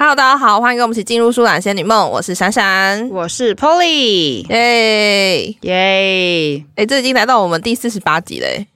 Hello， 大家好，欢迎跟我们一起进入舒懒仙女梦。我是闪闪， 我是 Polly， 耶耶！ 这已经来到我们第48集嘞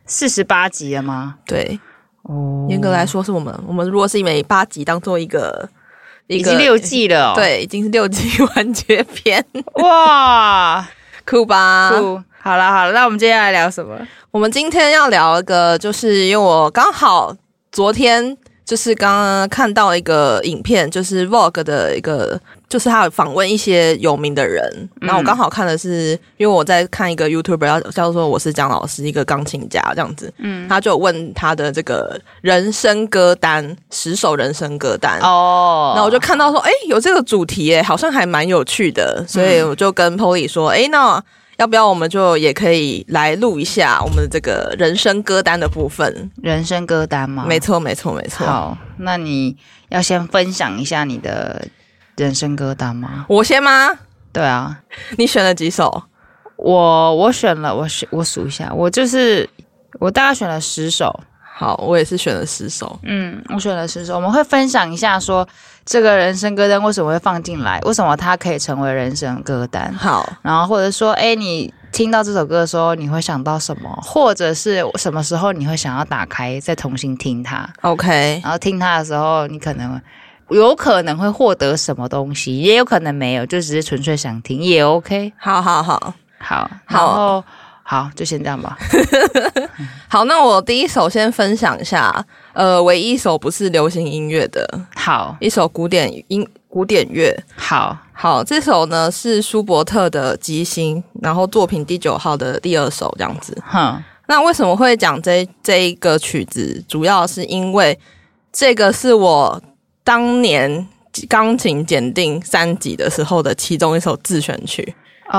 ，48集了吗？ 对，严格来说是我们如果是每8集当做一个已经6季了对，已经是6集完结篇， 哇， 酷吧？ 酷！好了，那我们接下来聊什么？ 我们今天要聊一个，就是因为我刚好昨天就是刚刚看到一个影片，就是 Vogue 的一个，就是他有访问一些有名的人。然后我刚好看的是，因为我在看一个 YouTuber 叫做我是姜老师，一个钢琴家这样子。他就有问他的这个人生歌单，10首人生歌单。那我就看到说，有这个主题耶，好像还蛮有趣的，所以我就跟 Polly 说，那要不要我们就也可以来录一下我们的这个人生歌单的部分？ 人生歌单吗？ 没错。 好，那你要先分享一下你的人生歌单吗？ 我先吗？ 对啊， 你选了几首？ 我选了，我数一下，我大概选了10首。 好，我也是选了10首。 我选了10首，我们会分享一下说这个人生歌单为什么会放进来，为什么它可以成为人生歌单。 好， 然后或者说，你听到这首歌的时候，你会想到什么，或者是什么时候你会想要打开再重新听它。 OK， 然后听它的时候，你有可能会获得什么东西，也有可能没有，就只是纯粹想听也 OK。 好， 然后好，就先这样吧。 好，那我第一首先分享一下，唯一一首不是流行音乐的， 好， 一首古典乐。好，这首呢是舒伯特的《即兴》，然后作品第9号的第2首这样子。那为什么会讲这一个曲子？主要是因为这个是我当年钢琴检定3级的时候的其中一首自选曲。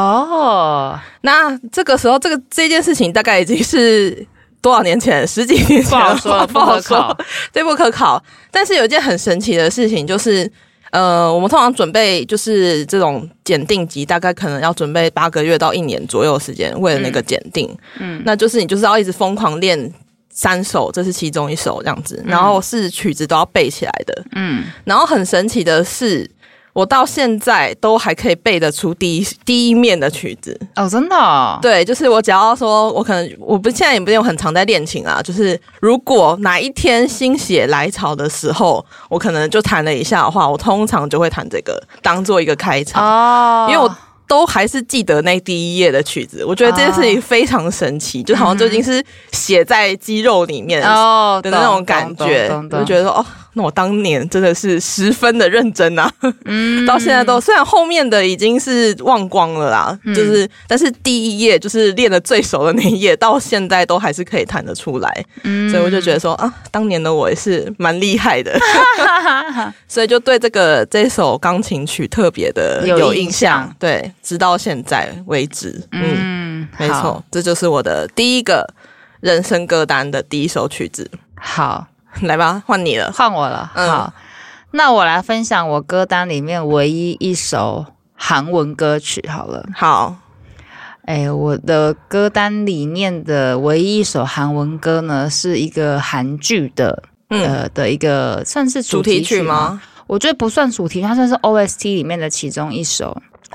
那这个时候这件事情大概已经是多少年前？10几年前了， 不好说， 对，不可考。但是有一件很神奇的事情，就是我们通常准备就是这种检定级，大概可能要准备8个月到1年左右的时间，为了那个检定。那就是你就是要一直疯狂练3首，这是其中一首这样子，然后是曲子都要背起来的。然后很神奇的是，我到现在都还可以背得出第一面的曲子真的哦？ 对，就是我只要说，现在也不是很常在练琴啦，就是如果哪一天心血来潮的时候，我可能就弹了一下的话，我通常就会弹这个当做一个开场，因为我都还是记得那第一页的曲子，我觉得这件事情非常神奇，就好像就已经是写在肌肉里面的那种感觉，就觉得说那我当年真的是10分的认真啊，到现在都虽然后面的已经是忘光了啦，就是但是第一页就是练得最熟的那一页，到现在都还是可以弹得出来，所以我就觉得说当年的我也是蛮厉害的，所以就对这首钢琴曲特别的有印象，对，直到现在为止，没错，这就是我的第一个人生歌单的第一首曲子。 好。 来吧，换你了， 换我了。好，那我来分享我歌单里面唯一一首韩文歌曲好了。 好， 我的歌单里面的唯一一首韩文歌呢，是一个韩剧的的一个算是主题曲吗？我觉得不算主题，它算是 OST 里面的其中一首。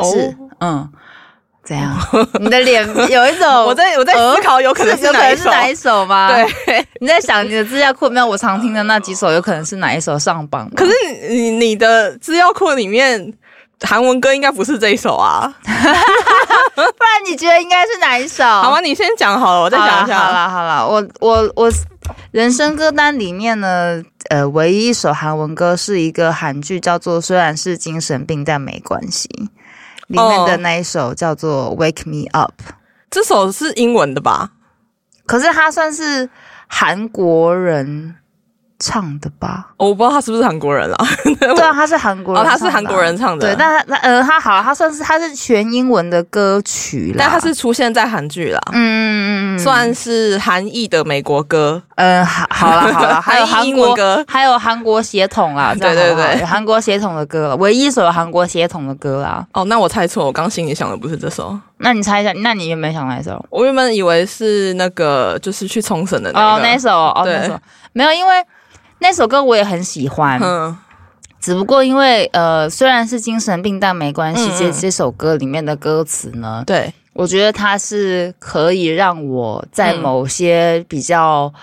怎样？你的脸有一种我在思考，有可能是哪一首吗？ 对， 你在想你的资料库里面我常听的那几首，有可能是哪一首上榜吗？ 可是你的资料库里面韩文歌应该不是这一首啊， 不然你觉得应该是哪一首？ 好吧，你先讲好了，我再想一下。 好了，我人生歌单里面呢，唯一一首韩文歌是一个韩剧，叫做《虽然是精神病但没关系》。里面的那一首叫做 Wake Me Up， 这首是英文的吧？ 可是它算是韩国人唱的吧？ 我不知道他是不是韩国人啦。 对啊，他是韩国人唱的， 他是韩国人唱的。 对，但他是全英文的歌曲啦， 但他是出现在韩剧啦。算是韩裔的美国歌。 好了，还有英文歌， 还有韩国血统啦。对，韩国血统的歌，唯一一首韩国血统的歌啦。 那我猜错，我刚心里想的不是这首。 那你猜一下，那你原本想哪一首？ 我原本以为是那个，就是去冲绳的那个。 那首，那首没有，因为那首歌我也很喜欢。 只不过因为虽然是精神病，但没关系。这首歌里面的歌词呢， 对， 我觉得它是可以让我在某些比较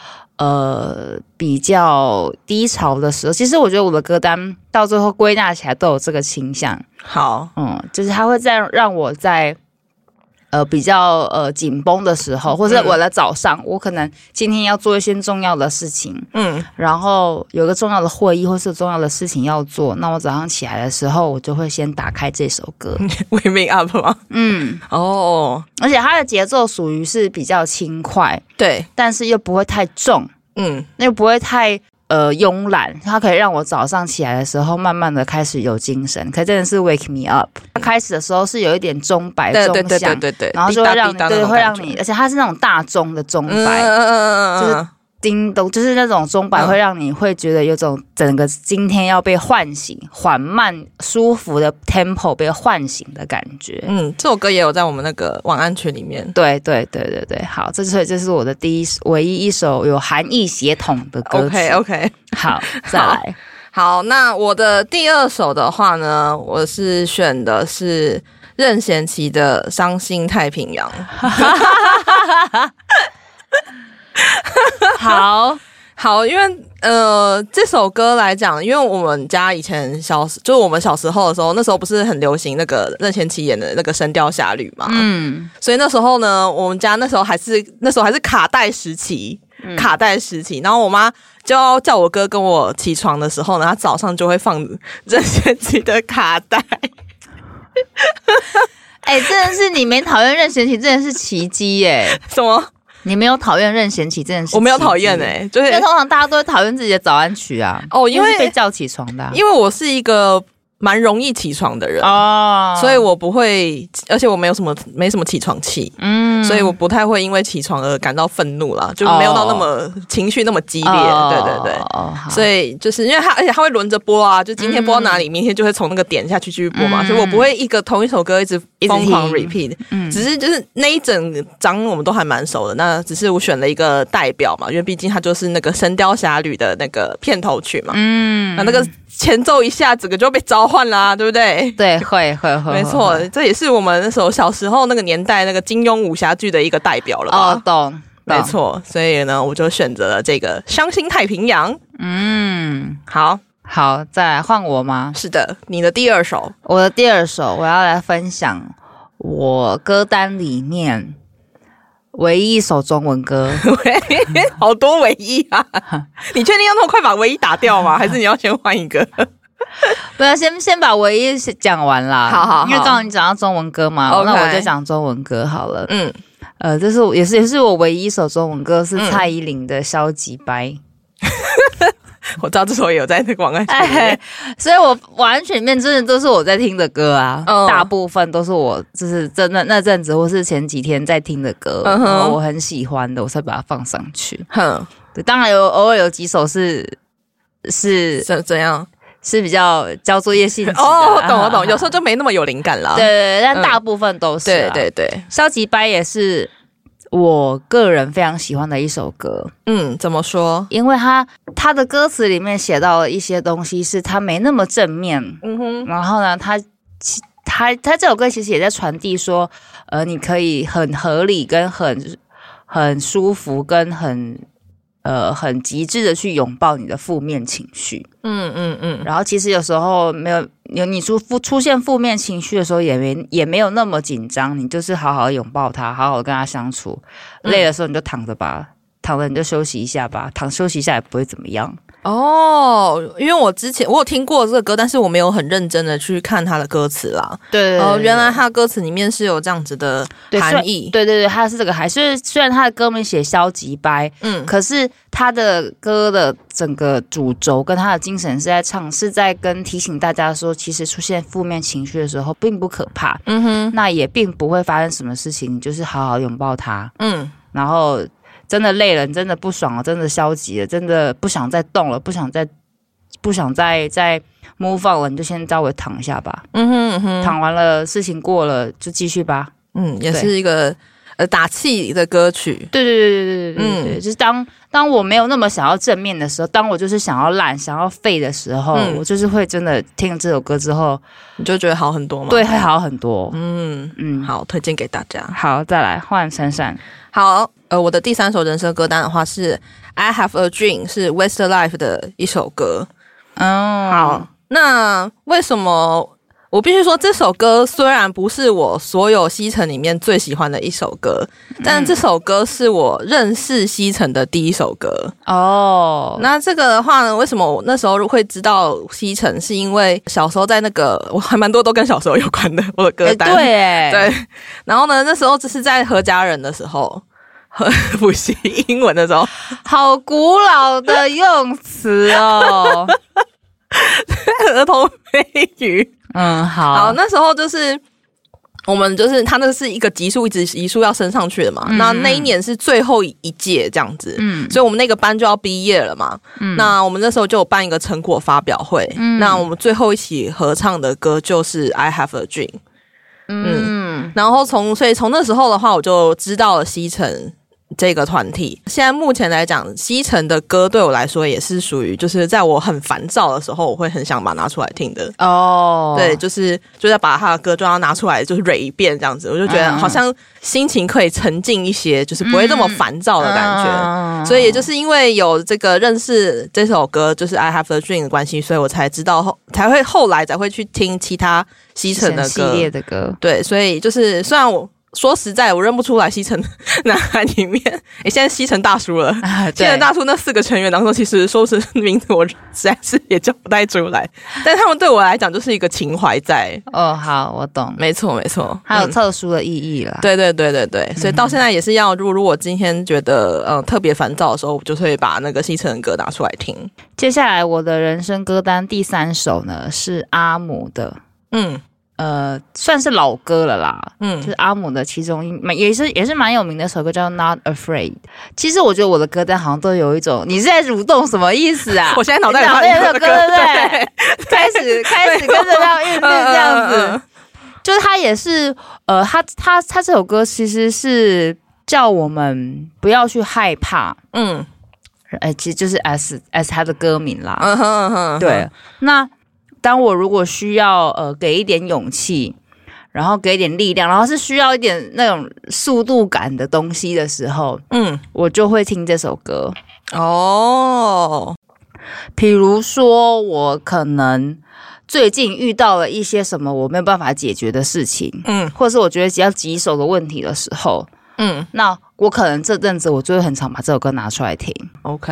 低潮的时候，其实我觉得我的歌单到最后归纳起来都有这个倾向。 好， 就是它会让我在比较紧绷的时候，或者我的早上，我可能今天要做一些重要的事情，然后有个重要的会议或是重要的事情要做，那我早上起来的时候，我就会先打开这首歌。 Wake Me Up 吗？ 而且它的节奏属于是比较轻快， 对， 但是又不会太重，又不会太慵懒，它可以让我早上起来的时候慢慢的开始有精神，可真的是 wake me up。它开始的时候是有一点钟摆钟响，对，然后就会让你会让你，而且它是那种大钟的钟摆，就是叮咚，就是那种钟摆会让你会觉得有种整个今天要被唤醒，缓慢舒服的 tempo 被唤醒的感觉。 这首歌也有在我们那个晚安群里面。 对，好，这是我的唯一一首有含义血统的歌曲。 OK， 好，再来。 好，那我的第二首的话呢，我是选的是任贤齐的《伤心太平洋》。好，因为这首歌来讲，因为我们家以前就是我们小时候的时候，那时候不是很流行那个任贤齐演的那个《神雕侠侣》嘛，所以那时候呢，我们家那时候还是卡带时期，然后我妈就要叫我哥跟我起床的时候呢，他早上就会放任贤齐的卡带。 真的是你没讨厌任贤齐，真的是奇迹耶！ 什么？ 你没有讨厌任贤齐，真的是我没有讨厌就是因为通常大家都会讨厌自己的早安曲啊。因为是被叫起床的因为我是一个蛮容易起床的人所以我不会，而且我没什么起床气，所以我不太会因为起床而感到愤怒啦，就没有到那么情绪那么激烈，对，所以就是因为而且它会轮着播啊，就今天播到哪里，明天就会从那个点下去继续播嘛，所以我不会同一首歌一直疯狂 repeat，只是就是那一整张我们都还蛮熟的，那只是我选了一个代表嘛，因为毕竟它就是那个《神雕侠侣》的那个片头曲嘛，那个前奏一下整个就被召唤啦，对不对？ 对，会， 没错，这也是我们那时候小时候那个年代那个金庸武侠剧的一个代表了吧？ 懂， 没错，所以呢，我就选择了这个《伤心太平洋》。 好，再来换我吗？ 是的，你的第二首， 我的第二首，我要来分享我歌单里面唯一一首中文歌。 好多唯一啊！你确定要那么快把唯一打掉吗？还是你要先换一个？ 不要，先把唯一讲完啦。 好， 因为刚刚你讲到中文歌嘛，那我就讲中文歌好了。这是也是我唯一一首中文歌，是蔡依林的《消极掰》。 我知道这首也有在那个晚安曲里面， 所以我晚安曲里面真的都是我在听的歌啊，大部分都是我就是真的那阵子或是前几天在听的歌，然后我很喜欢的，我才把它放上去。对，当然偶尔有几首是怎样， 是比较交作业性质的。 我懂，有时候就没那么有灵感啦。 对，但大部分都是。 对， 消极掰也是我个人非常喜欢的一首歌。 怎么说？ 因为他的歌词里面写到了一些东西，是他没那么正面。然后呢，他这首歌其实也在传递说，你可以很合理跟很舒服跟很极致的去拥抱你的负面情绪。然后其实有时候你出现负面情绪的时候，也没有那么紧张，你就是好好拥抱他，好好跟他相处。累的时候你就躺着吧，躺着你就休息一下吧，休息一下也不会怎么样。 因为我之前我有听过这个歌，但是我没有很认真的去看他的歌词啦。 对， 原来他的歌词里面是有这样子的含义。 对，他是这个含义。虽然他的歌名写消极掰，可是他的歌的整个主轴跟他的精神是在提醒大家说，其实出现负面情绪的时候并不可怕。那也并不会发生什么事情，你就是好好拥抱他。然后真的累了，你真的不爽了，真的消极了，真的不想再动了，不想再 move on 了，你就先稍微躺一下吧。躺完了，事情过了就继续吧。 也是一个打气的歌曲。 对，就是当我没有那么想要正面的时候，当我就是想要烂、想要废的时候，我就是会真的听了这首歌之后， 你就觉得好很多吗？ 对，会好很多。 好，推荐给大家。 好，再来换闪闪。 好，我的第3首人生歌单的话是《I Have a Dream》，是 Westlife 的一首歌。好，那为什么？我必须说，这首歌虽然不是我所有西城里面最喜欢的一首歌，但这首歌是我认识西城的第一首歌。那这个的话呢，为什么我那时候会知道西城？是因为小时候在那个，我还蛮多都跟小时候有关的我的歌单。对。然后呢，那时候就是在何家人的时候，补习英文的时候， 好古老的用词哦。 儿童美语。好，那时候就是我们就是他那个是一个级数一数要升上去的嘛，那一年是最后一届这样子，所以我们那个班就要毕业了嘛，那我们那时候就有办一个成果发表会，那我们最后一起合唱的歌就是《I Have a Dream》。然后所以从那时候的话，我就知道了西城这个团体。现在目前来讲，西城的歌对我来说也是属于就是在我很烦躁的时候，我会很想把它拿出来听的。对，就是要把他的歌就要拿出来，就是 re 一遍这样子，我就觉得好像心情可以沉静一些，就是不会这么烦躁的感觉。所以也就是因为有这个认识这首歌，就是 I Have a Dream 的关系，所以我才知道后来才会去听其他西城的歌系列的歌。 对，所以就是虽然我说实在，我认不出来西城男孩里面，现在西城大叔了。西城大叔那4个成员当中，其实说是名字我实在是也叫不太出来，但他们对我来讲就是一个情怀在。 好，我懂， 没错， 还有特殊的意义啦。 对，所以到现在也是要，如果我今天觉得特别烦躁的时候，我就会把那个西城的歌拿出来听。接下来我的人生歌单第3首呢是阿姆的，算是老歌了啦，就是阿姆的其中也是蛮有名的一首歌叫 Not Afraid。其实我觉得我的歌单好像都有一种，你是在蠕动什么意思啊？ 我现在脑袋里有首歌，对，开始跟着要韵律这样子。就是他也是他这首歌其实是叫我们不要去害怕，其实就是 as 他的歌名啦。对，那当我如果需要给一点勇气，然后给一点力量，然后是需要一点那种速度感的东西的时候，我就会听这首歌。比如说我可能最近遇到了一些什么我没有办法解决的事情，或者是我觉得比较棘手的问题的时候，那我可能这阵子我就会很常把这首歌拿出来听。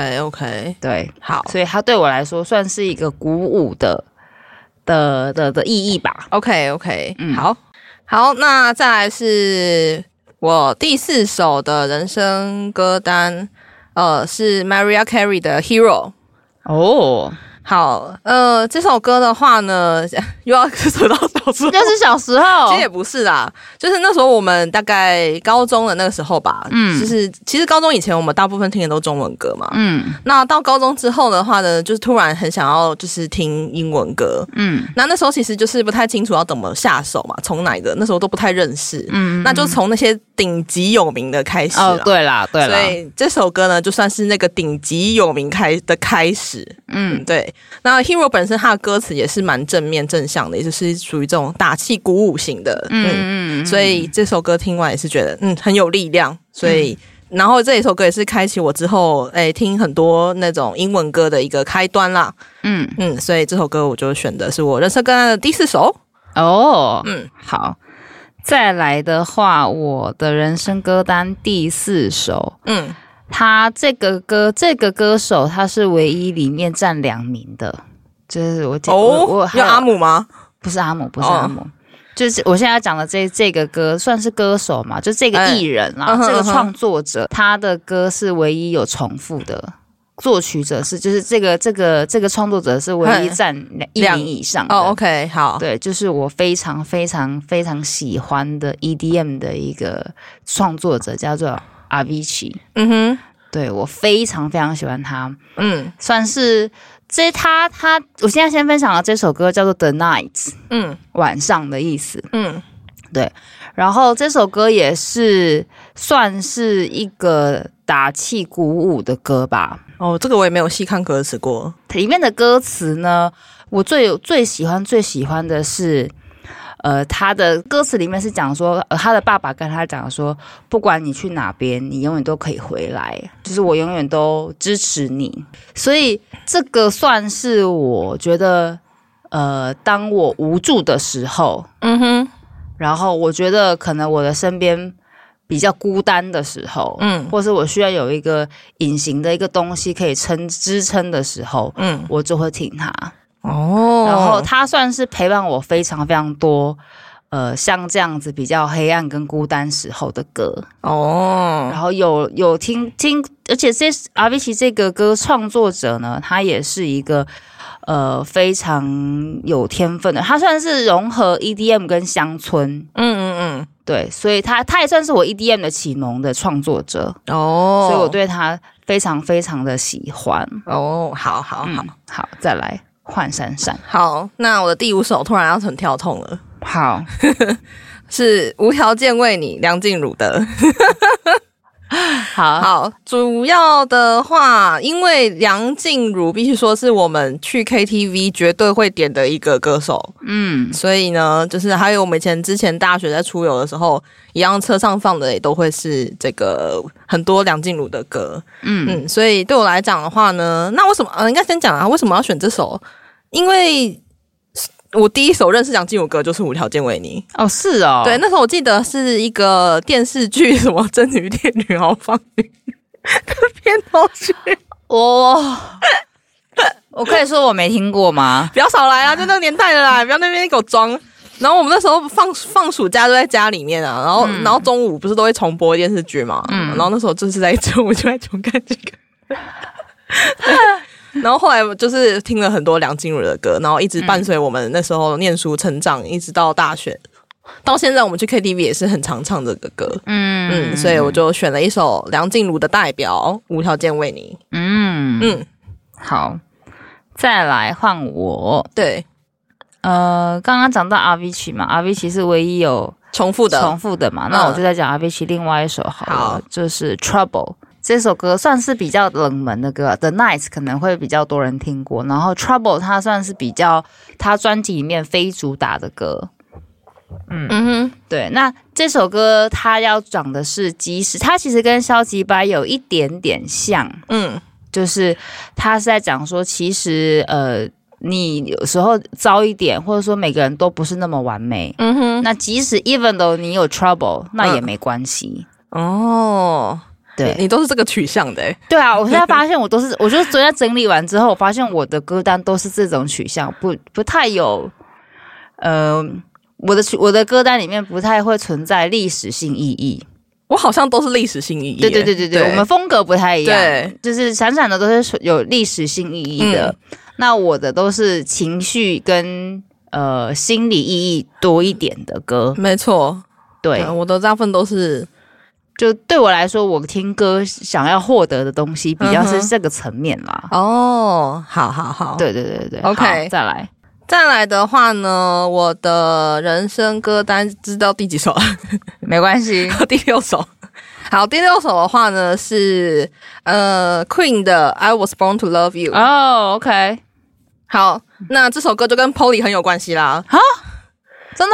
OK， 对， 好， 所以它对我来说算是一个鼓舞的意义吧。 OK， 好，那再来是我第4首的人生歌单，是 Mariah Carey 的 Hero。好，这首歌的话呢，又要扯到小时候， 就是小时候， 其实也不是啦，就是那时候我们大概高中的那个时候吧，就是其实高中以前我们大部分听的都中文歌嘛，那到高中之后的话呢，就是突然很想要就是听英文歌，那时候其实就是不太清楚要怎么下手嘛，从哪一个那时候都不太认识，那就从那些顶级有名的开始啦。 对啦， 所以这首歌呢就算是那个顶级有名的开始，对。那 Hero 本身他的歌词也是蛮正面正向的，也就是属于这种打气鼓舞型的，所以这首歌听完也是觉得很有力量，所以然后这一首歌也是开启我之后听很多那种英文歌的一个开端啦，所以这首歌我就选的是我人生歌单的第4首。 好，再来的话，我的人生歌单第4首，他这个歌手他是唯一里面占2名的，就是我有阿姆吗？ 不是阿姆，就是我现在讲的这个歌算是歌手嘛，就这个艺人啦，这个创作者，他的歌是唯一有重复的，作曲者是就是这个创作者是唯一占1名以上的。 OK， 好， 对，就是我非常非常非常喜欢的 EDM 的一个创作者，叫做Avicii。对，我非常非常喜欢他。算是我现在先分享的这首歌叫做 The Night， 晚上的意思。 对，然后这首歌也是算是一个打气鼓舞的歌吧。 哦，这个我也没有细看歌词过。 里面的歌词呢，我最喜欢的是，他的歌词里面是讲说，他的爸爸跟他讲说，不管你去哪边，你永远都可以回来，就是我永远都支持你。所以这个算是我觉得，当我无助的时候，然后我觉得可能我的身边比较孤单的时候，或是我需要有一个隐形的一个东西可以支撑的时候，我就会听它。然后它算是陪伴我非常非常多，像这样子比较黑暗跟孤单时候的歌。然后有听，而且阿维奇这个歌创作者呢，他也是一个非常有天分的，他算是融合 EDM 跟乡村，对，所以他也算是我 EDM 的启蒙的创作者，所以我对他非常非常的喜欢。好，再来换闪闪。 好，那我的第5首突然要很跳痛了。 好， 是无条件为你，梁静茹的。好，主要的话，因为梁静茹必须说是我们去 KTV 绝对会点的一个歌手，所以呢，就是还有我们之前大学在出游的时候，一样车上放的也都会是这个很多梁静茹的歌，所以对我来讲的话呢，那为什么应该先讲啊，为什么要选这首？因为我第一首认识梁静茹歌就是《无条件为你》。 哦，是哦， 对，那时候我记得是一个电视剧，什么《真女烈女豪放女》的片头曲。 我可以说我没听过吗？ 不要少来啊，就那个年代的啦，不要那边给我装。然后我们那时候放暑假都在家里面啊，然后中午不是都会重播电视剧嘛，然后那时候就是在中午就在重看这个。然后后来就是听了很多梁静茹的歌，然后一直伴随我们那时候念书成长，一直到大学，到现在我们去 KTV 也是很常唱这个歌。所以我就选了一首梁静茹的代表《无条件为你》。 好，再来换我。 对， 刚刚讲到阿维奇嘛，阿维奇是唯一有重复的嘛，那我就在讲阿维奇另外一首好了，就是《Trouble》。这首歌算是比较冷门的歌 ，The Nights 可能会比较多人听过，然后 Trouble 它算是比较他专辑里面非主打的歌。对，那这首歌它要讲的是，它其实跟消极掰有一点点像，就是他是在讲说，其实你有时候糟一点，或者说每个人都不是那么完美，那即使 even though 你有 trouble， 那也没关系。对， 你都是这个取向的。 对啊，我现在发现我就是昨天整理完之后，我发现我的歌单都是这种取向，不太有，我的歌单里面不太会存在历史性意义。 我好像都是历史性意义。 对，我们风格不太一样， 对， 就是闪闪的都是有历史性意义的，那我的都是情绪跟心理意义多一点的歌。 没错， 对， 我的大部分都是。 就对我来说，我听歌想要获得的东西比较是这个层面啦。 好， 对 ，OK，再来的话呢，我的人生歌单知道第几首？ 没关系， 第6首。好，第6首的话呢是Queen 的 I Was Born to Love You。 OK。 好，那这首歌就跟 Polly 很有关系啦。 真的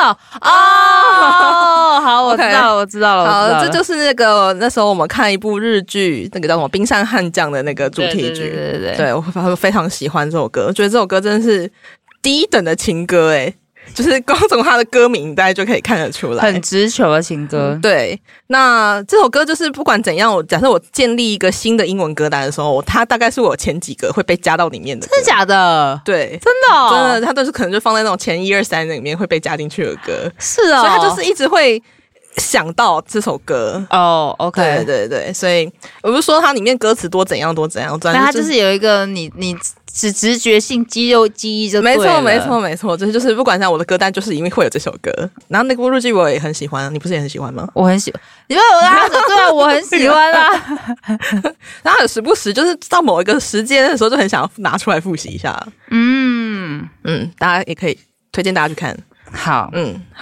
好，我知道了。 好，这就是那时候我们看一部日剧，那个叫什么《冰山悍将》的那个主题曲。对，我非常喜欢这首歌，我觉得这首歌真的是第一等的情歌就是光从它的歌名大家就可以看得出来， 很直球的情歌。 对，那这首歌就是不管怎样，假设我建立一个新的英文歌单的时候，它大概是我前几个会被加到里面的歌。 真的假的？ 对， 真的真的，它都是可能就放在那种前1、2、3里面会被加进去的歌。 是哦， 所以它就是一直会想到这首歌。 OK， 对，所以我不是说它里面歌词多怎样，但它就是有一个你只直觉性肌肉记忆就对了。 没错，就是不管像我的歌单就是因为会有这首歌，然后那部日剧我也很喜欢，你不是也很喜欢吗？ 我很喜欢，因为我很喜欢啦。 然后有时不时就是到某一个时间的时候就很想要拿出来复习一下。大家也可以推荐大家去看。 好， 好，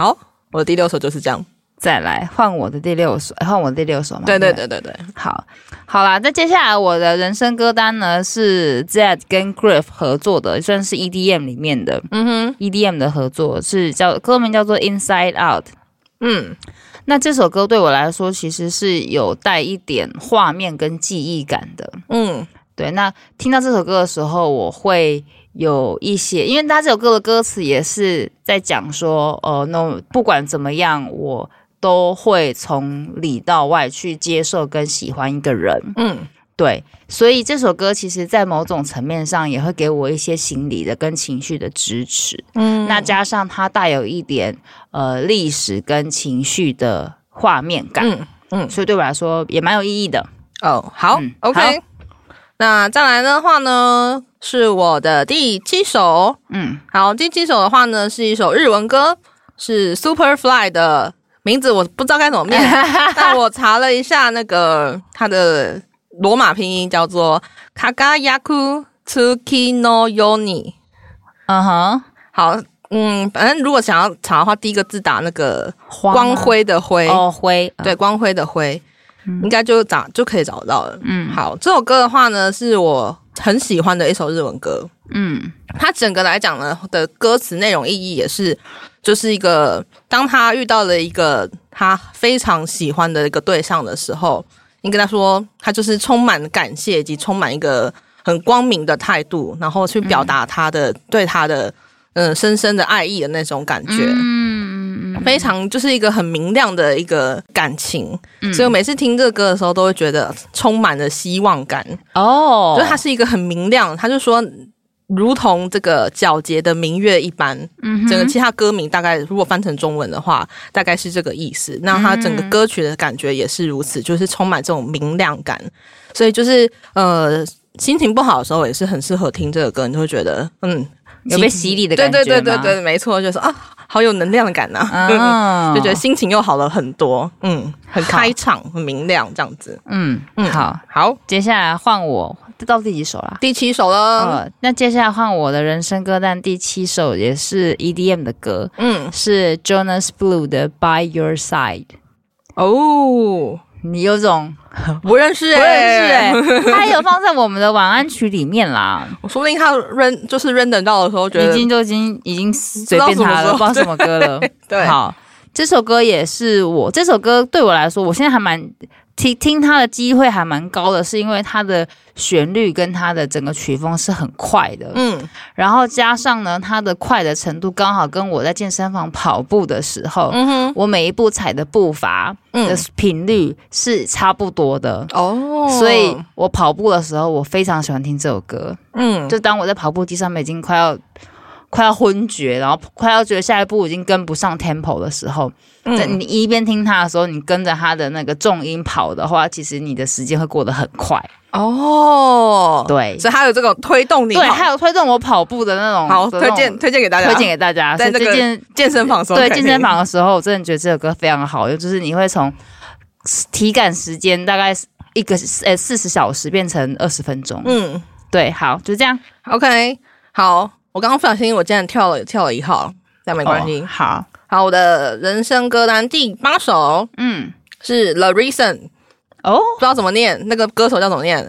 我的第六首就是这样。 再来换我的第六首，换我的第六首嘛。 对。 好啦，那接下来我的人生歌单呢是 Zedd 跟 Griff 合作的，算是 EDM 里面的，EDM 的合作是歌名叫做 Inside Out。那这首歌对我来说其实是有带一点画面跟记忆感的。对。那听到这首歌的时候，我会有一些，因为他这首歌的歌词也是在讲说，不管怎么样，我都会从里到外去接受跟喜欢一个人。对，所以这首歌其实在某种层面上也会给我一些心理的跟情绪的支持。那加上它带有一点历史跟情绪的画面感。所以对我来说也蛮有意义的。 好，OK。好，那再来的话呢，是我的第7首。好，第7首的话呢，是一首日文歌，是 Superfly 的名字我不知道该怎么念，但我查了一下那个它的罗马拼音叫做 Kagayaku Tsuki no Yoni。好，反正如果想要查的话，第一个字打那个光辉的辉。 辉。 对，光辉的辉。应该就可以找到了。好，这首歌的话呢，是我很喜欢的一首日文歌。它整个来讲呢的歌词内容意义也是，就是一个当他遇到了一个他非常喜欢的一个对象的时候，你跟他说，他就是充满感谢以及充满一个很光明的态度，然后去表达他的对他的深深的爱意的那种感觉。非常就是一个很明亮的一个感情。所以我每次听这个歌的时候都会觉得充满了希望感。就它是一个很明亮，他就说如同这个皎洁的明月一般。整个其他歌名大概如果翻成中文的话大概是这个意思。那它整个歌曲的感觉也是如此，就是充满这种明亮感。所以就是心情不好的时候也是很适合听这个歌，你就会觉得有被洗礼的感觉吗？ 对，没错，就是好有能量感就觉得心情又好了很多。很开场，很明亮这样子。好， 接下来换我，到第几首啦？ 第7首了。 那接下来换我的人生歌单第7首也是 EDM 的歌。是 Jonas Blue 的 By Your Side。你有种不认识他有放在我们的晚安曲里面啦。 我说不定他就是 render 到的时候觉得已经随便他了，不知道什么歌了。 对， 好，这首歌也是这首歌对我来说，我现在还蛮听它的机会还蛮高的，是因为它的旋律跟它的整个曲风是很快的。然后加上呢，它的快的程度刚好跟我在健身房跑步的时候，我每一步踩的步伐的频率是差不多的。所以我跑步的时候我非常喜欢听这首歌。就当我在跑步机上面已经快要昏厥，然后快要觉得下一步已经跟不上 tempo 的时候，你一边听它的时候，你跟着它的那个重音跑的话，其实你的时间会过得很快。对， 所以它有这种推动你跑， 对，还有推动我跑步的那种。 好，推荐给大家，在这个健身房的时候， 对，健身房的时候，我真的觉得这首歌非常好用，就是你会从体感时间大概40小时变成20分钟。对，好，就这样。 OK， 好。我刚刚不小心，我竟然跳了一号，但没关系。 好， 我的人生歌单第8首，是 The Reason。不知道怎么念，那个歌手叫怎么念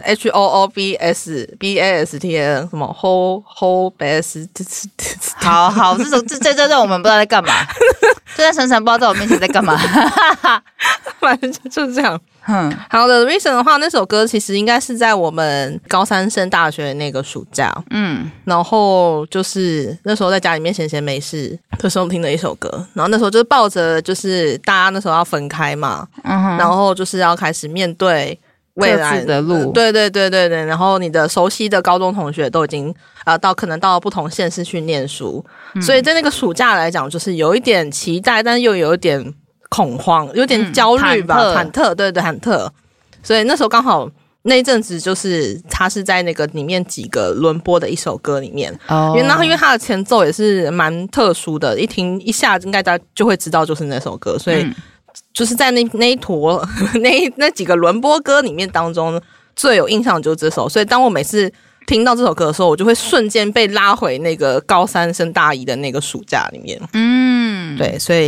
？HOOBSBASTN 什么 HOBS？ 好，这我们不知道在干嘛，就在闪不知道在我面前在干嘛， 反正就是这样。好的 Reason 的话，那首歌其实应该是在我们高3升大学的那个暑假。然后就是那时候在家里面闲没事的时候听的一首歌，然后那时候就是抱着就是大家那时候要分开嘛，然后就是要开始面对未来各自的路。 对，然后你的熟悉的高中同学都已经可能到不同县市去念书，所以在那个暑假来讲就是有一点期待，但又有一点恐慌，有点焦虑吧，忐忑，对，忐忑。所以那时候刚好那一阵子就是他是在那个里面几个轮播的一首歌里面。因为他的前奏也是蛮特殊的，一听一下应该大家就会知道就是那首歌，所以就是在那一坨那几个轮播歌里面当中最有印象就是这首。所以当我每次听到这首歌的时候，我就会瞬间被拉回那个高3升大一的那个暑假里面。对，所以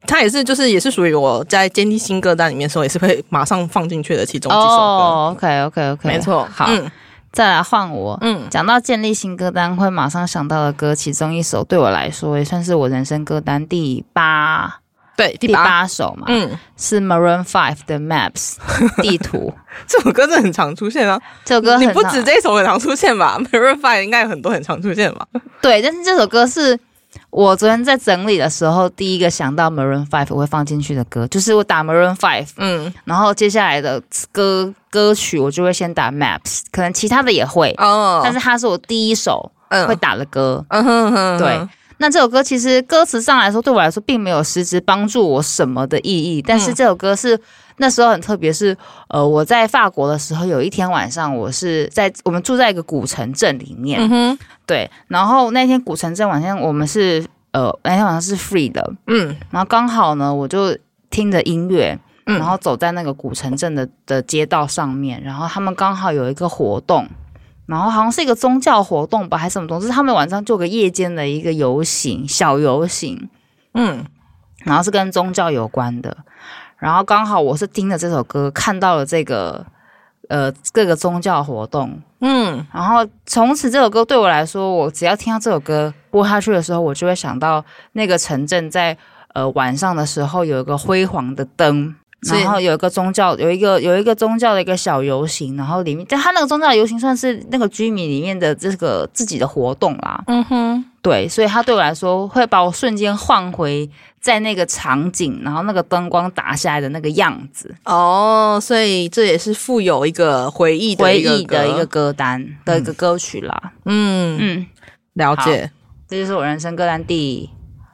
它也是属于我在建立新歌单里面的时候也是会马上放进去的其中几首歌。 OK， 没错。 好，再来换我。讲到建立新歌单会马上想到的歌，其中一首对我来说也算是我人生歌单第八首嘛。是 Maroon 5的 Maps 地图。 这首歌真的很常出现啊。 这首歌你不止这一首很常出现吧？ Maroon 5应该有很多很常出现吧？ 对，但是这首歌是我昨天在整理的时候第一个想到 Maroon 5我会放进去的歌，就是我打 Maroon 5，然后接下来的歌曲我就会先打 Maps， 可能其他的也会，但是它是我第一首会打的歌。对，那这首歌其实歌词上来说对我来说并没有实质帮助我什么的意义，但是这首歌是那时候很特别，是我在法国的时候有一天晚上我们住在一个古城镇里面，对，然后那天古城镇晚上我们是那天晚上是 free 的，然后刚好呢我就听着音乐，然后走在那个古城镇的街道上面，然后他们刚好有一个活动，然后好像是一个宗教活动吧还是什么东西，他们晚上就有个夜间的一个小游行，然后是跟宗教有关的，然后刚好我是听了这首歌看到了这个各个宗教活动，然后从此这首歌对我来说，我只要听到这首歌播下去的时候，我就会想到那个城镇在晚上的时候有一个辉煌的灯，然后有一个宗教有一个宗教的一个小游行，然后里面但他那个宗教的游行算是那个居民里面的这个自己的活动啦，对，所以他对我来说会把我瞬间换回在那个场景，然后那个灯光打下来的那个样子。 所以这也是富有一个回忆的一个歌单的一个歌曲啦。 了解。 这就是我人生歌单第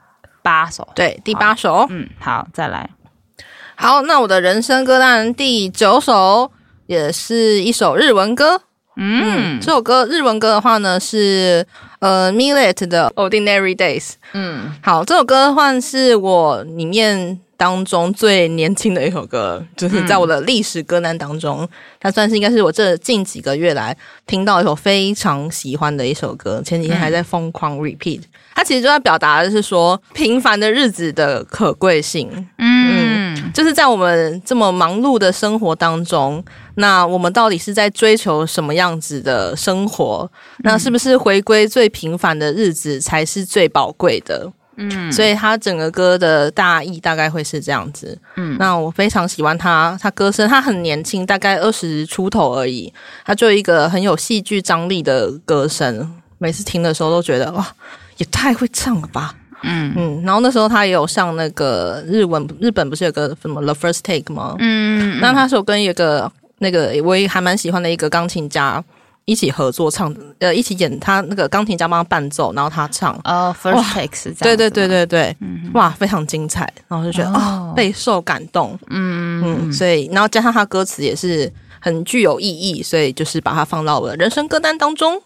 8首。 对，第8首。 好，再来。 好，那我的人生歌单第9首也是一首日文歌。这首歌日文歌的话呢是Millet 的 Ordinary Days。好，这首歌的话是我里面当中最年轻的一首歌，就是在我的历史歌单当中，它算是应该是我这近几个月来听到一首非常喜欢的一首歌，前几天还在疯狂 repeat。它其实就在表达的是说平凡的日子的可贵性。就是在我们这么忙碌的生活当中，那我们到底是在追求什么样子的生活？那是不是回归最平凡的日子才是最宝贵的？所以他整个歌的大意大概会是这样子。那我非常喜欢他歌声，他很年轻，大概20出头而已，他就一个很有戏剧张力的歌声，每次听的时候都觉得哇，也太会唱了吧。然后那时候他也有上那个日本不是有个什么 The First Take 吗？那他是有跟一个那个我也还蛮喜欢的一个钢琴家一起合作唱，一起演，他那个钢琴家帮他伴奏，然后他唱。 First Take 是这样子。 对，哇，非常精彩，然后就觉得备受感动。所以然后加上他歌词也是很具有意义，所以就是把它放到我的人生歌单当中。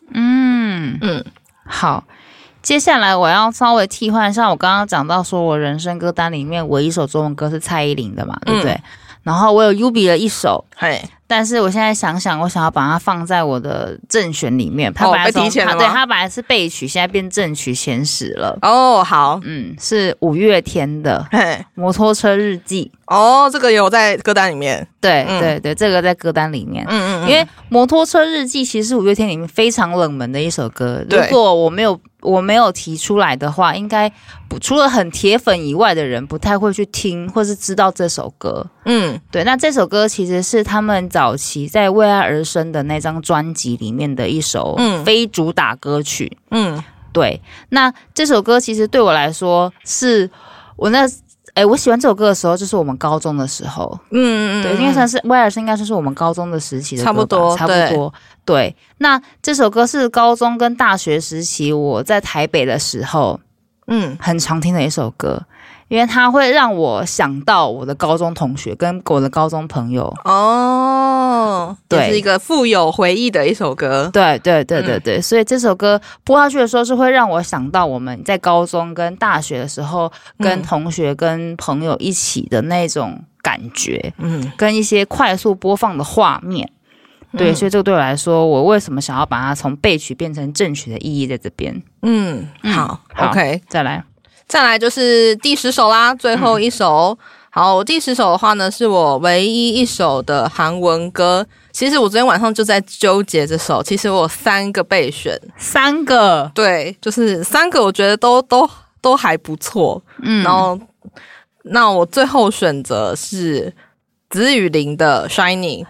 好。接下来我要稍微替换，像我刚刚讲到说我人生歌单里面唯一一首中文歌是蔡依林的嘛，对不对？然后我有 Yubi 的一首，但是我现在想想，我想要把它放在我的正选里面。它本来被提前了吗？ 对，它本来是备曲，现在变正曲显示了。 好， 是5月天的《摩托车日记》。 这个也有在歌单里面。 对，这个在歌单里面。因为《摩托车日记》其实是5月天里面非常冷门的一首歌。如果我没有提出来的话，应该除了很铁粉以外的人不太会去听或是知道这首歌。对，那这首歌其实是他们早期在为爱而生的那张专辑里面的一首非主打歌曲。对，那这首歌其实对我来说是我喜欢这首歌的时候就是我们高中的时候。对，应该算是为爱而生，应该算是我们高中的时期的歌吧，差不多。对，那这首歌是高中跟大学时期我在台北的时候很常听的一首歌，因为它会让我想到我的高中同学跟我的高中朋友。对， 是一个富有回忆的一首歌。 对，所以这首歌播下去的时候是会让我想到我们在高中跟大学的时候跟同学跟朋友一起的那种感觉，跟一些快速播放的画面。对，所以这个对我来说，我为什么想要把它从备曲变成正曲的意义在这边。 好 OK， 再来。 再来就是第10首啦，最后一首。好，第10首的话呢，是我唯一一首的韩文歌。其实我昨天晚上就在纠结这首，其实我有3个备选 ，3个， 对，就是3个，我觉得都还不错。然后那我最后选择是子宇琳的 Shining。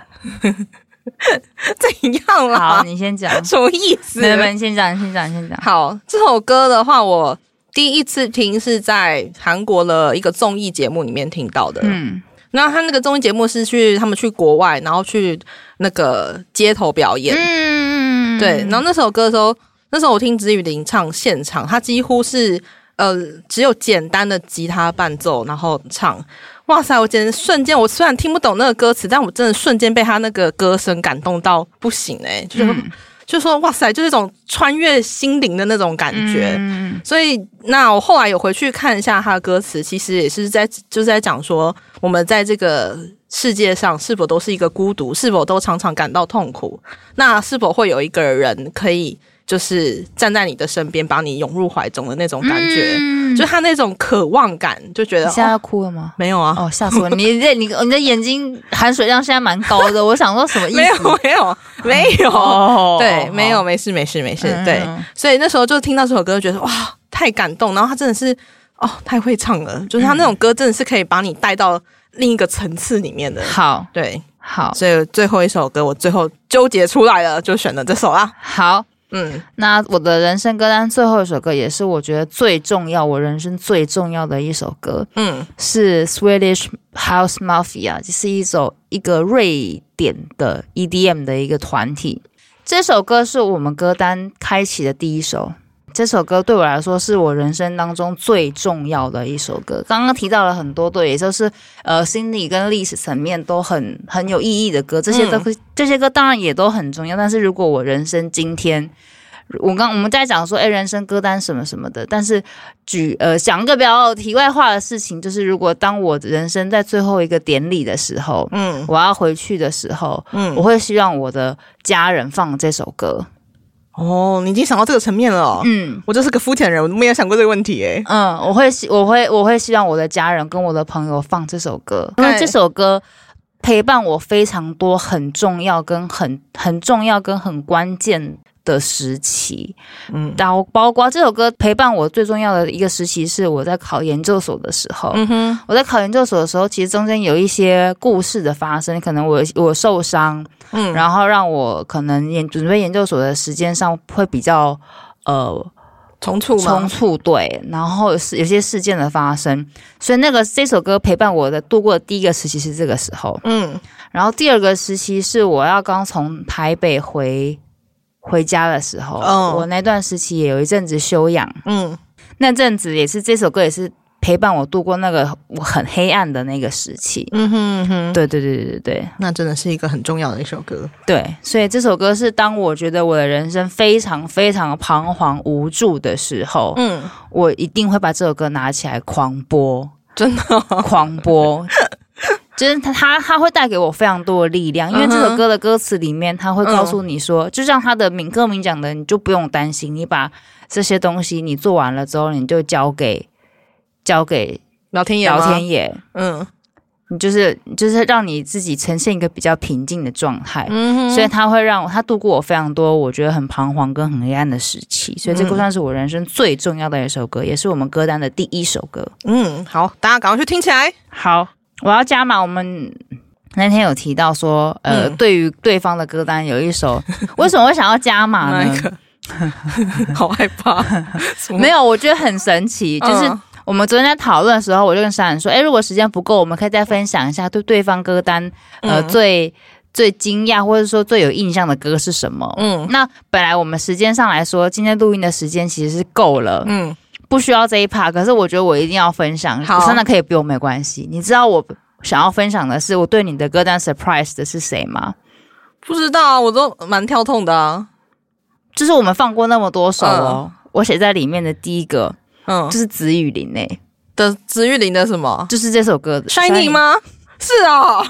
怎样啦？ 好，你先讲。 什么意思？ 没有，你先讲。 好，这首歌的话，我第一次听是在韩国的一个综艺节目里面听到的。那他那个综艺节目是他们去国外，然后去那个街头表演。对。然后那首歌的时候，那时候我听子宇琳唱现场，他几乎是只有简单的吉他伴奏，然后唱。哇塞！我简直瞬间，我虽然听不懂那个歌词，但我真的瞬间被他那个歌声感动到不行就说哇塞，就是一种穿越心灵的那种感觉。所以那我后来有回去看一下他的歌词，其实也是就是在讲说，我们在这个世界上是否都是一个孤独，是否都常常感到痛苦，那是否会有一个人可以就是站在你的身边，把你拥入怀中的那种感觉。就他那种渴望感，就觉得你现在要哭了吗？ 没有啊！ 哦，吓死我！你的眼睛含水量现在蛮高的，我想说什么意思？ 没有，对，没有，没事。对，所以那时候就听到这首歌，就觉得哇，太感动。然后他真的是太会唱了，就是他那种歌真的是可以把你带到另一个层次里面的。 好， 对， 好， 所以最后一首歌我最后纠结出来了，就选了这首啦。 好。那我的人生歌单最后一首歌，也是我觉得最重要，我人生最重要的一首歌，是 Swedish House Mafia， 就是一个瑞典的 EDM 的一个团体。这首歌是我们歌单开启的第一首，这首歌对我来说是我人生当中最重要的一首歌。刚刚提到了很多对，也就是心理跟历史层面都很有意义的歌，这些歌当然也都很重要。但是如果我人生今天，我们在讲说，人生歌单什么什么的，但是讲一个比较题外话的事情，就是如果当我人生在最后一个典礼的时候，我要回去的时候，我会希望我的家人放这首歌。 哦，你已经想到这个层面了。我就是个肤浅人，我没有想过这个问题。 我会希望我的家人跟我的朋友放这首歌，因为这首歌陪伴我非常多很重要跟很重要跟很关键的时期。包括这首歌陪伴我最重要的一个时期是我在考研究所的时候。我在考研究所的时候，其实中间有一些故事的发生，可能我受伤，然后让我可能准备研究所的时间上会比较冲突， 对，然后有些事件的发生，所以这首歌陪伴我的度过的第一个时期是这个时候。然后第二个时期是我要刚从台北回家的时候，我那段时期也有一阵子休养，那阵子也是这首歌也是陪伴我度过那个我很黑暗的那个时期。对， 那真的是一个很重要的一首歌。 对，所以这首歌是当我觉得我的人生非常非常彷徨无助的时候，我一定会把这首歌拿起来狂播， 真的狂播。就是它会带给我非常多的力量，因为这首歌的歌词里面，它会告诉你说，就像它的歌名讲的，你就不用担心，你把这些东西你做完了之后，你就交给老天爷， 你就是让你自己呈现一个比较平静的状态，所以它会让它度过我非常多我觉得很彷徨跟很黑暗的时期，所以这个算是我人生最重要的一首歌，也是我们歌单的第一首歌。 好，大家赶快去听起来。 好。我要加码，我们那天有提到说，对于对方的歌单有一首，为什么会想要加码呢？ 好害怕。 没有，我觉得很神奇，就是我们昨天在讨论的时候，我就跟珊珊说，如果时间不够，我们可以再分享一下对方歌单，最惊讶或者说最有印象的歌是什么？那本来我们时间上来说，今天录音的时间其实是够了，不需要这一 part， 可是我觉得我一定要分享，真的可以不用没关系。你知道我想要分享的是我对你的歌单 surprise 的是谁吗？ 不知道啊，我都蛮跳痛的啊。 就是我们放过那么多首我写在里面的第一个，就是子宇琳的子宇琳的什么？ 就是这首歌的 Shining 吗？是啊。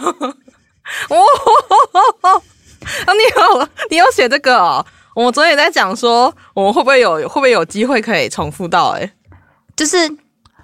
你有写这个哦？我昨天也在讲说，我们会不会有机会可以重复到？就是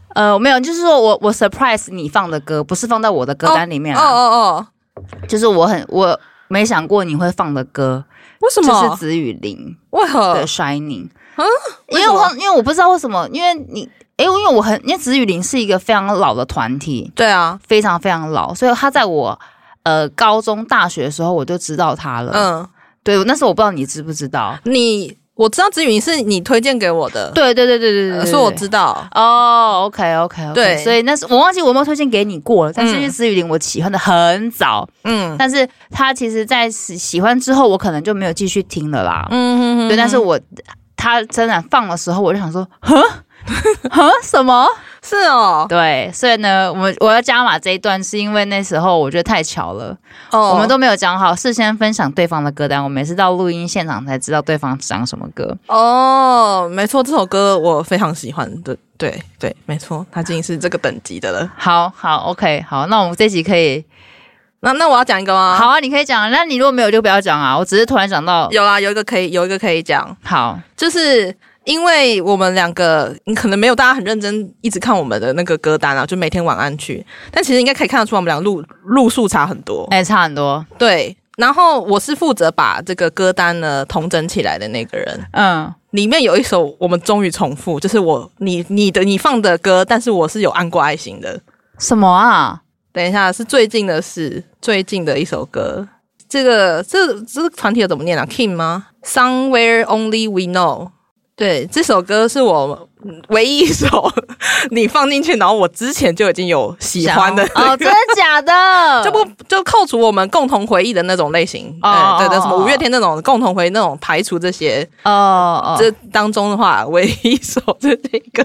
没有，就是说我 surprise 你放的歌，不是放在我的歌单里面就是我没想过你会放的歌， 为什么？ 就是紫雨林为何的 Shining？ 因为我不知道为什么，因为因为紫雨林是一个非常老的团体， 对啊， 非常非常老，所以他在我高中大学的时候我就知道他了。对，那时候我不知道你知不知道。我知道紫雨林是你推荐给我的， 对， 所以我知道。 OK， 对， 所以那是我忘记我有没有推荐给你过了，但是因为紫雨林我喜欢的很早，但是他其实在喜欢之后，我可能就没有继续听了啦，对，但是他真的放的时候，我就想说，什么？ 是哦， 对，所以呢，我要加码这一段，是因为那时候我觉得太巧了，我们都没有讲好事先分享对方的歌单，我每次到录音现场才知道对方讲什么歌。 没错，这首歌我非常喜欢的，对，没错，它已经是这个等级的了。 好 ，OK， 好，那我们这集可以， 那我要讲一个吗？ 好啊，你可以讲，那你如果没有就不要讲啊，我只是突然想到， 有啦，有一个可以讲， 好， 就是。因为我们两个，你可能没有大家很认真一直看我们的那个歌单啊，就每天晚安去，但其实应该可以看得出我们俩路数差很多， 差很多。 对，然后我是负责把这个歌单呢统整起来的那个人。里面有一首我们终于重复，就是你放的歌，但是我是有按过爱心的。 什么啊？ 等一下，是最近的一首歌。这个团体的怎么念啊 ？Kim 吗 ？Somewhere Only We Know。对，这首歌是我唯一一首你放进去，然后我之前就已经有喜欢的真的假的？ 就扣除我们共同回忆的那种类型，对，什么五月天那种共同回忆那种排除这些这当中的话，唯一一首是这个。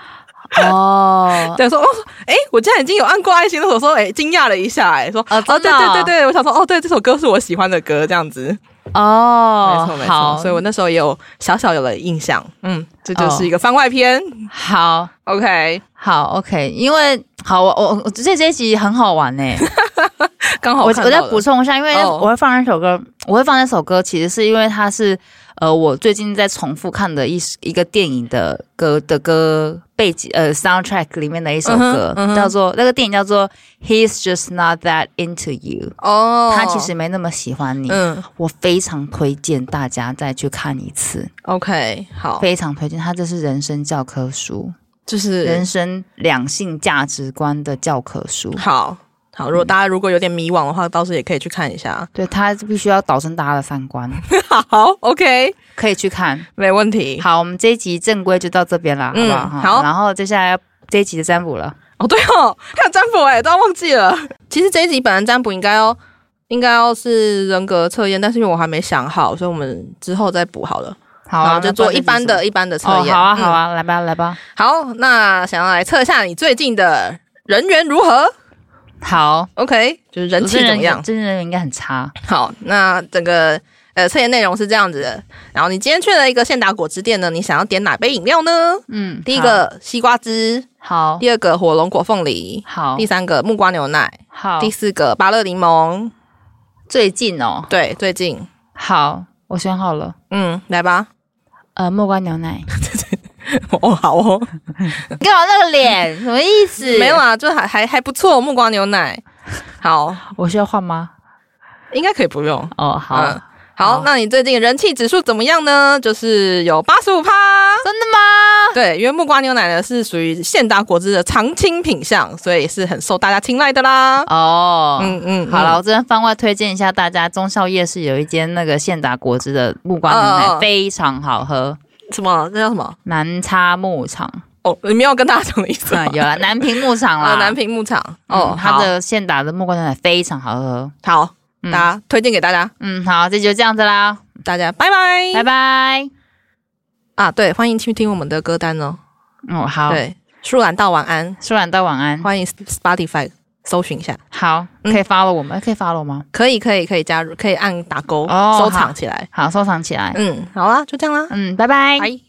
对，说我竟然已经有按过爱心了，我说惊讶了一下，说对，我想说对，这首歌是我喜欢的歌，这样子。没错，所以我那时候也有小有了印象，这就是一个番外篇。 好 ，OK， 因为我这一集很好玩刚好我再补充一下，因为我会放那首歌，其实是因为它是我最近在重复看的一个电影的歌背景soundtrack 里面的一首歌，叫做那个电影叫做 He's Just Not That Into You。他其实没那么喜欢你。我非常推荐大家再去看一次。 OK， 好， 非常推荐。他这是人生教科书， 就是人生两性价值观的教科书。 好，如果大家有点迷惘的话，倒是也可以去看一下。 对，他必须要导正大家的三观。 好 ，OK， 可以去看， 没问题。 好，我们这一集正规就到这边了，好不好？ 好， 然后接下来这一集的占卜了。 对哦，还有占卜都要忘记了。其实这一集本来占卜应该要是人格测验，但是因为我还没想好，所以我们之后再补好了。 好啊， 然后就做一般的测验。 好啊，来吧。 好，那想要来测一下你最近的人缘如何？ 好 ，OK， 就是人气怎么样？ 最近人缘应该很差。 好，那整个测验内容是这样子的。然后你今天去了一个现打果汁店呢，你想要点哪杯饮料呢？第一个西瓜汁， 好。 第二个火龙果凤梨， 好。 第三个木瓜牛奶， 好。 第四个芭乐柠檬。 最近哦， 对，最近。 好，我选好了。 来吧。 木瓜牛奶。 好哦。 干嘛那个脸？什么意思？ 没有啊，就还不错，木瓜牛奶。好， 我需要换吗？ 应该可以不用。 好。 好，那你最近人气指数怎么样呢？就是有 85%。 真的吗？ 对，因为木瓜牛奶呢是属于现打果汁的常青品项，所以是很受大家青睐的啦。 好了，我这边番外推荐一下大家，忠孝夜市有一间那个现打果汁的木瓜牛奶，非常好喝。 什么？那叫什么？ 南叉牧场。 你没有跟大家讲的意思吗？ 有啦，南平牧场啦。 南平牧场。 它的现打的木瓜牛奶非常好喝。 好。大家推荐给大家。 好，这就这样子啦， 大家拜拜， 拜拜。 对，欢迎去听我们的歌单哦。 好。 对，舒懒到晚安，欢迎 Spotify 搜寻一下。 好，可以 follow 我们，可以 follow 吗？ 可以加入，可以按打勾收藏起来。 好，收藏起来。 好啦，就这样啦。 拜拜。 拜。